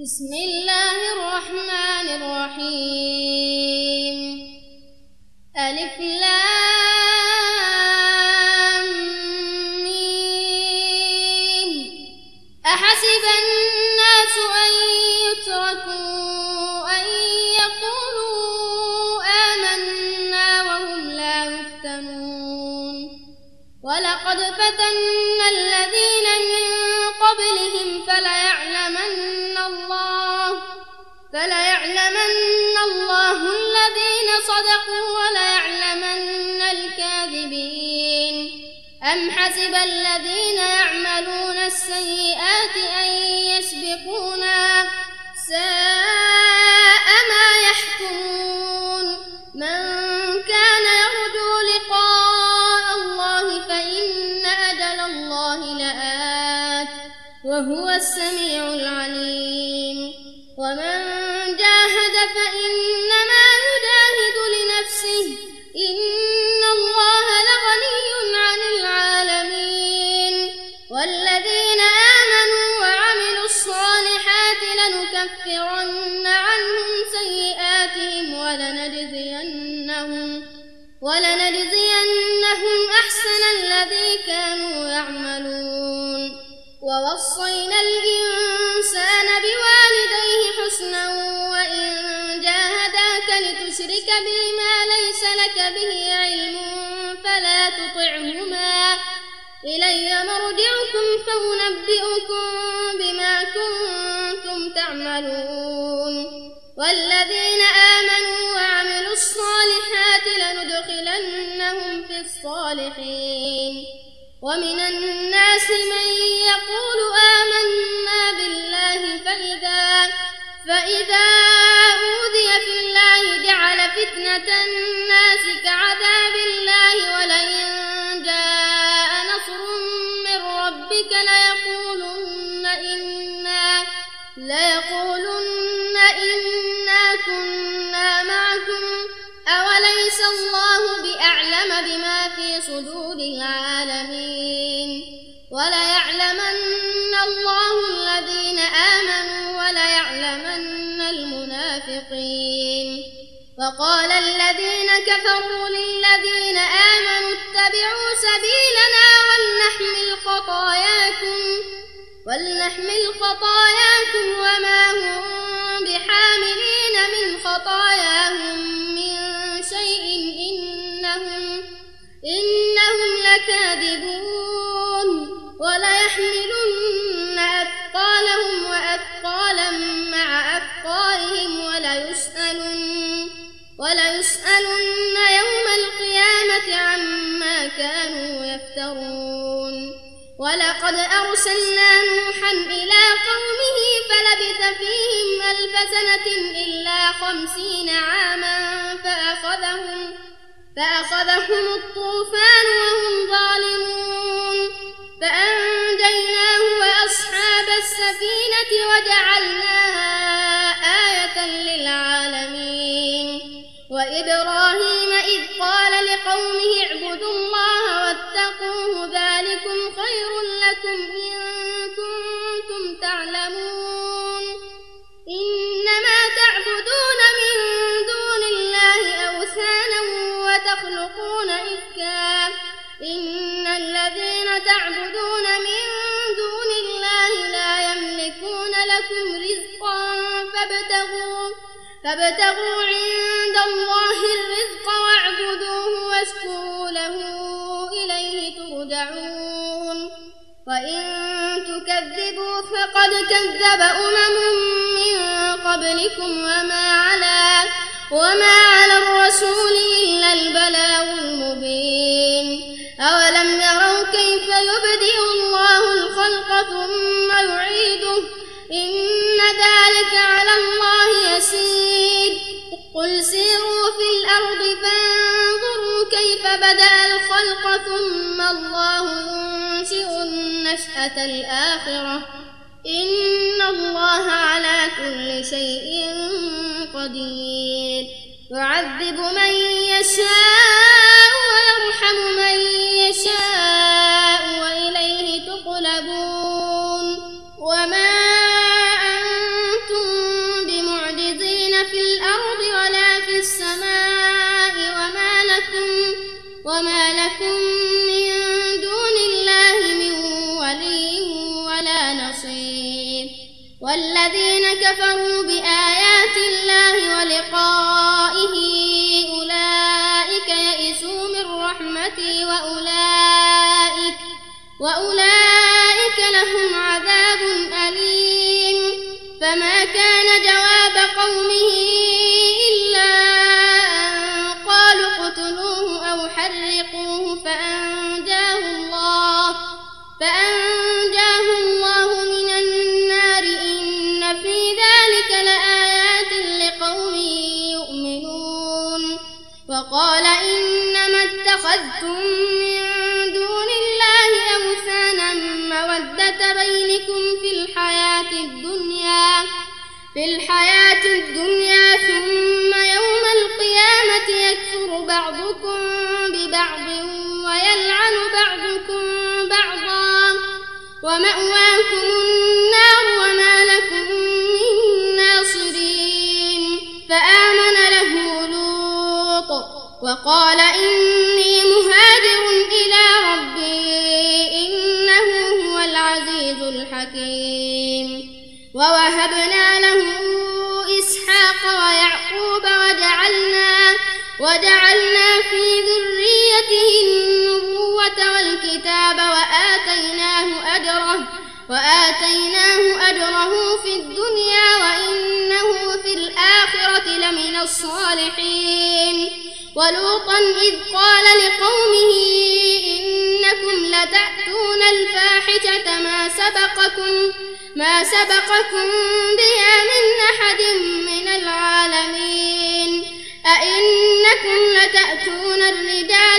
بسم الله الرحمن الرحيم. ألف لام ميم. أحسب الناس أن يتركوا أن يقولوا آمنا وهم لا يفتنون. ولقد فتنا الذين من قبلهم فليعلمن الله الذين صدقوا وليعلمن الكاذبين. أم حسب الذين يعملون السيئات أن يسبقونا ساء ما يحكمون. من كان يرجو لقاء الله فإن أجل الله لآت وهو السميع العليم. ومن جاهد فإنما يجاهد لنفسه إن الله لغني عن العالمين. والذين آمنوا وعملوا الصالحات لنكفرن عنهم سيئاتهم ولنجزينهم أحسن الذي كانوا يعملون. ووصينا الإنسان بوالديه حسنا وإن جاهداك لتشرك بي ما ليس لك به علم فلا تطعهما إلي مرجعكم فأنبئكم بما كنتم تعملون. والذين آمنوا وعملوا الصالحات لندخلنهم في الصالحين. ومن الناس من يقول آمنا بالله فإذا أوذي في الله جعل فتنة الناس كعذاب الله ولئن جاء نصر من ربك ليقولن إنا كنا معكم أوليس الله بأعلم بما في صدور العالمين. وليعلمن الله الذين آمنوا وليعلمن المنافقين. وقال الذين كفروا للذين آمنوا اتبعوا سبيلنا ولنحمل خطاياكم وما هم بحاملين من خطاياهم من شيء إنهم لكاذبون. وليحملن أثقالهم وأثقالا مع أثقالهم وليسألن يوم القيامة عما كانوا يفترون. ولقد أرسلنا نوحا إلى قومه فلبث فيهم 1000 سنة إلا 50 عاما فأخذهم الطوفان وهم ظالمون. فأنجيناه وأصحاب السفينة وجعلناها آية للعالمين. وإبراهيم إذ قال لقومه اعبدوا الله واتقوه ذلكم خير لكم إن كنتم تعلمون. إنما تعبدون من دون الله أوثانا وتخلقون إفكا إن الذين تعبدون من دون الله لا يملكون لكم رزقا فابتغوا عند الله الرزق واعبدوه واشكروا له إليه ترجعون. وإن تكذبوا فقد كذب أمم من قبلكم وما على الرسول إلا البلاغ المبين. أولم يروا كيف يبدئ الله الخلق ثم يعيده إن ذلك على الله يسير. قل سيروا في الأرض فانظروا كيف بدأ الخلق ثم الله ينشئ النشأة الآخرة إن الله على كل شيء قدير. يعذب من يشاء ويرحم من يشاء وإليه تقلبون. وما أنتم والذين كفروا بآيات الله ولقائه أولئك يئسوا من رحمتي وأولئك لهم عذاب أليم. فما كان جواب قومه إلا أن قالوا اقتلوه أو حرقوه فأنجاه الله من النار. إن في ذلك لآيات لقوم يؤمنون. وقال إنما اتخذتم من دون الله أوثانا مودة بينكم في الحياة الدنيا ثم يوم القيامة يكفر بعضكم ببعض ويلعن بعضكم بعضا ومأواكم النار وما لكم من ناصرين. فآمن له لوط وقال إني مهاجر إلى ربي إنه هو العزيز الحكيم. ووهبنا له إسحاق ويعقوب وجعلنا في ذريته النبوة والكتاب وآتيناه أجره في الدنيا وإنه في الآخرة لمن الصالحين. ولوطا إذ قال لقومه إنكم لتأتون الفاحشة ما سبقكم بها من أحد من العالمين. أئنكم لتأتون الرجال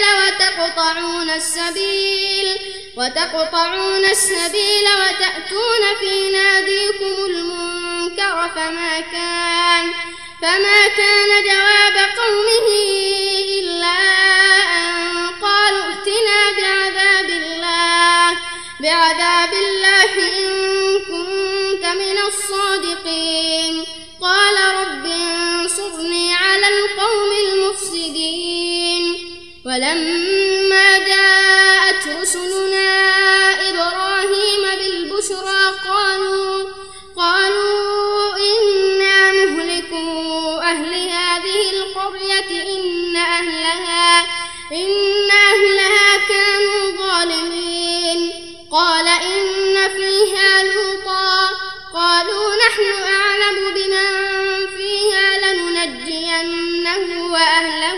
وتقطعون السبيل وتأتون في ناديكم المنكر. فما كان جواب قومه إلا أن قالوا ائتنا بعذاب الله إن كنت من الصادقين. قال رب انصرني على القوم المفسدين. ولما جاءت رسلنا إبراهيم بالبشرى قالوا إنا مهلكو أهل هذه القرية إن أهلها كانوا ظالمين. قال إن فيها لوطا قالوا نحن أعلم بمن فيها لننجينه وأهله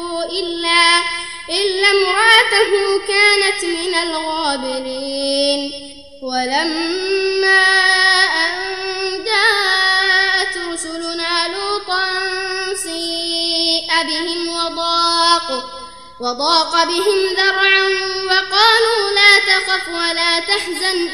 إلا امرأته كانت من الغابرين. ولما أن جاءت رسلنا لوطا سيء بهم وضاق بهم ذرعا وقالوا لا تخف ولا تحزن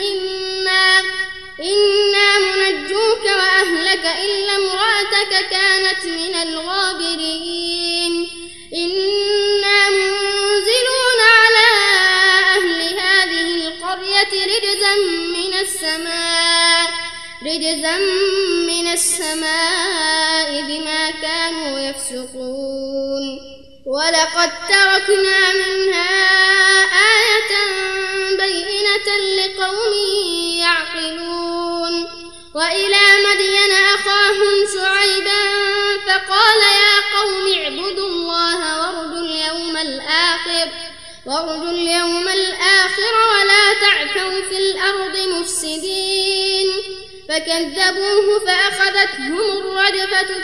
إنا منجوك وأهلك إلا امرأتك كانت من الغابرين. إنا منزلون على أهل هذه القرية رجزا من السماء بما كانوا يفسقون. ولقد تركنا منها آية بينة لقوم يعقلون. وإلى مدين أخاهم شعيبا فقال يا قوم اعبدوا الله وارجوا اليوم الآخر ولا تعثوا في الأرض مفسدين. فكذبوه فأخذتهم الرجفة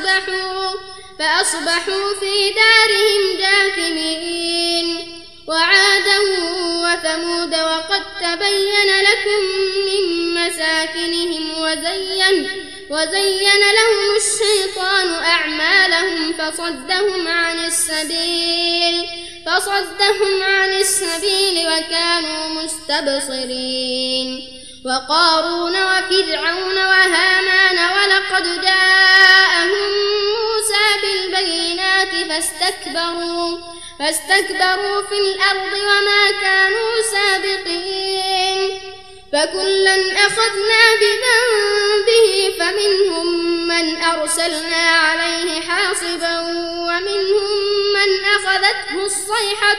فأصبحوا في دارهم جاثمين. وعادا وثمود وقد تبين لكم من مساكنهم وزين لهم الشيطان أعمالهم فصدهم عن السبيل وكانوا مستبصرين. وقارون وفرعون وهامان ولقد جاءهم موسى بالبينات فاستكبروا في الأرض وما كانوا سابقين. فكلا أخذنا بذنبه فمنهم من أرسلنا عليه حاصبا ومنهم من أخذته الصيحة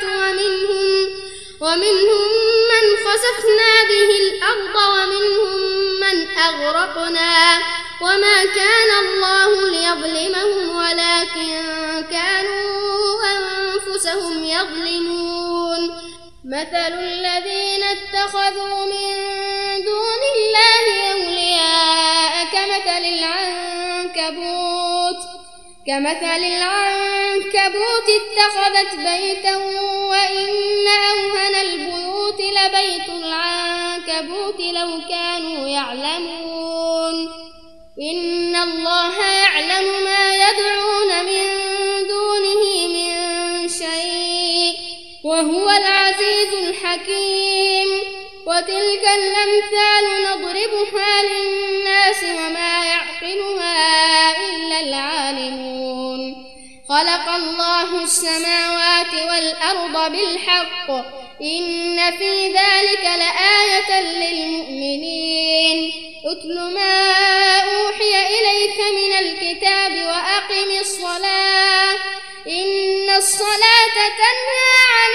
ومنهم من خسفنا به الأرض ومنهم من أغرقنا وما كان الله ليظلمهم ولكن كانوا أنفسهم يظلمون مثل الذين اتخذوا من دون الله أولياء كمثل العنكبوت اتخذت بيتا وإن أوهن البيوت لبيت العنكبوت لو كانوا يعلمون إن الله يعلم ما يدعون من دونه من شيء وهو العزيز الحكيم وتلك الأمثال نضربها للناس وما يعقلها إلا العالمون خلق الله السماوات والأرض بالحق إن في ذلك لآية للمؤمنين اتل ما أوحي إليك من الكتاب وأقم الصلاة إن الصلاة تنهى عن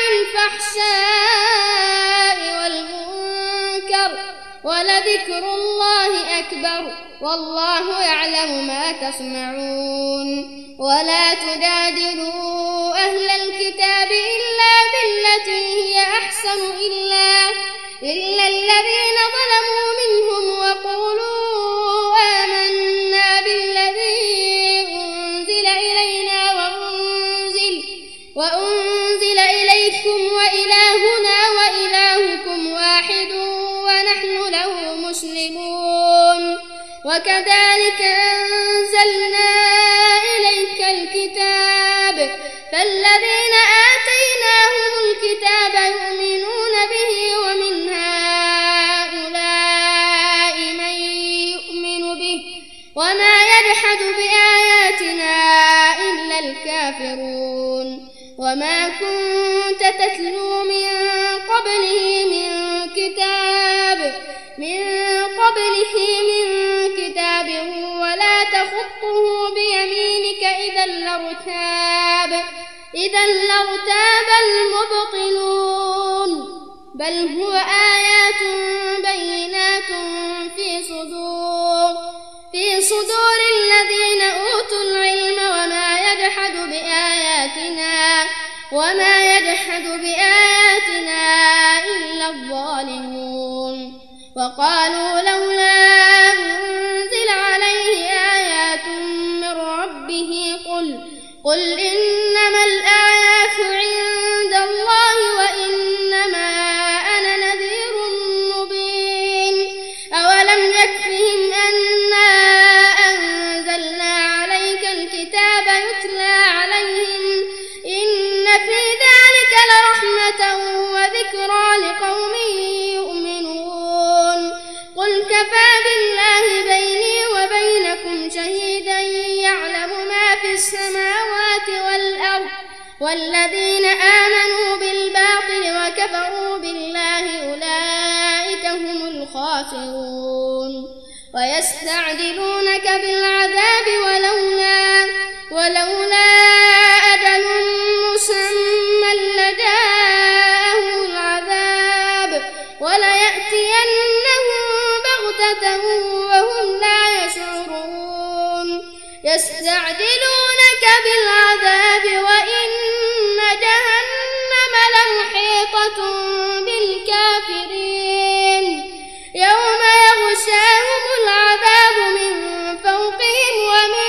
الفحشاء والمنكر ولذكر الله أكبر والله يعلم ما تصنعون ولا تجادلوا أهل الكتاب إلا بالتي هي أحسن إلا الذين ظلموا منهم وقولوا آمنا بالذي أنزل إلينا وأنزل إليكم وإلهنا وإلهكم واحد ونحن له مسلمون وكذلك أنزلنا إليك الكتاب فالذين آتيناهم الكتاب يؤمنون به ومن هؤلاء من يؤمن به وما يجحد بآياتنا إلا الكافرون وما كنت تتلو من قبله من كتاب ولا تخطه بيمينك إذا لارتاب المبطلون بل هو آيات بينات في صدور الذين أوتوا العلم وما يجحد بآياتنا إلا الظالمون وقالوا لولا أنزل عليه آيات من ربه قل إنما الآيات عند الله وإنما أنا نذير مبين أولم يكفهم أنا أنزلنا عليك الكتاب يتلى عليهم إن في ذلك لرحمة وذكرى لقوم يؤمنون قل كفى بالله بيني وبينكم شهيدا يعلم ما في السماوات والأرض والذين آمنوا بالباطل وكفروا بالله أولئك هم الخاسرون ويستعجلونك بالعذاب ولولا أجل مسمى لجاءهم العذاب وليأتينهم بغتة وهم لا يشعرون يستعجلونك بالعذاب وإن جهنم لمحيطة بالكافرين يوم يغشاهم العذاب من فوقهم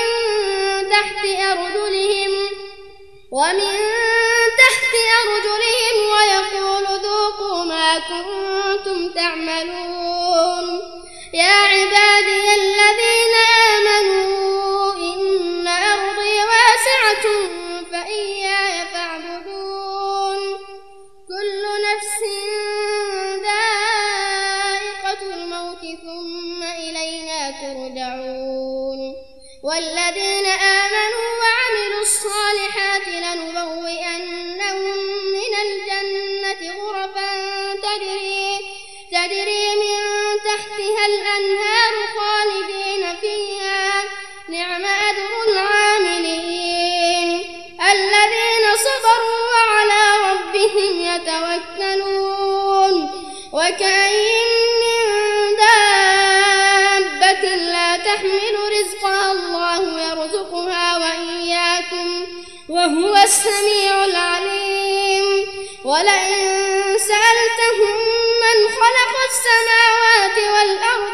ومن تحت أرجلهم ويقول ذوقوا ما كنتم تعملون يا عبادي الذين آمنوا إن أرضي واسعة فإياي فاعبدون كل نفس ذائقة الموت ثم إلينا ترجعون والذين آمنوا وعملوا الصالحات لنبوئنهم من الجنة غرفا تجري من تحتها الأنهار خالدين فيها نعم أجر العاملين الذين صبروا وعلى ربهم يتوكلون وكأين من دابة تحمل رزقها الله يرزقها وإياكم وهو السميع العليم. ولئن سألتهم من خلق السماوات والأرض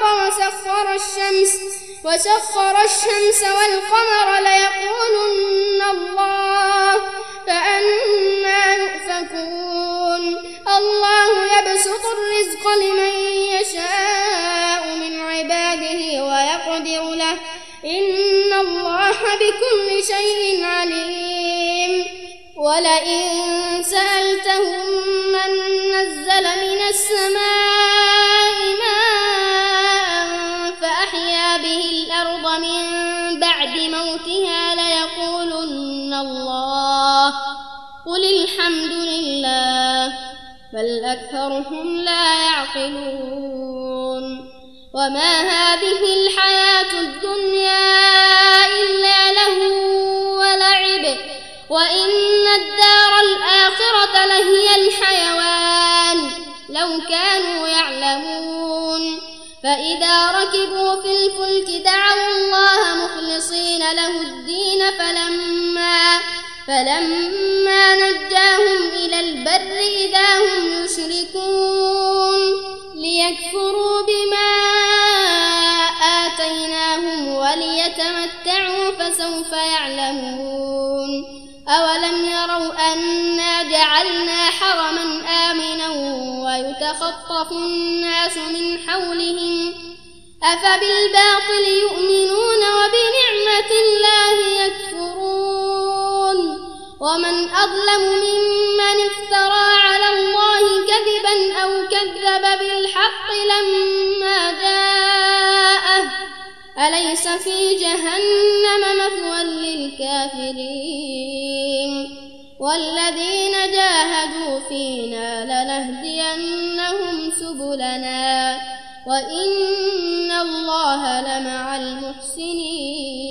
وسخر الشمس والقمر ليقولن الله فأنى يؤفكون. الله يبسط الرزق لمن يشاء من عباده ويقدر له إن الله بكل شيء عليم. ولئن سألتهم من نزل من السماء ماء فأحيا به الأرض من بعد موتها ليقولن الله قل الحمد لله بل أكثرهم لا يعقلون. وما هذه الحياة الدنيا إلا لهو ولعب وإن الدار الآخرة لهي الحيوان لو كانوا يعلمون. فإذا ركبوا في الفلك دعوا الله مخلصين له الدين فلما نجاهم إلى البر إذا هم يشركون ليكفروا بما آتيناهم وليتمتعوا فسوف يعلمون. أولم يروا أنا جعلنا حرما آمنا ويتخطف الناس من حولهم أفبالباطل يؤمنون وبنعمة الله يكفرون. ومن أظلم ممن افترى على الله كذبا أو كذب بالحق لما جاءه أليس في جهنم مثوى للكافرين. والذين جاهدوا فينا لنهدينهم سبلنا وإن الله لمع المحسنين.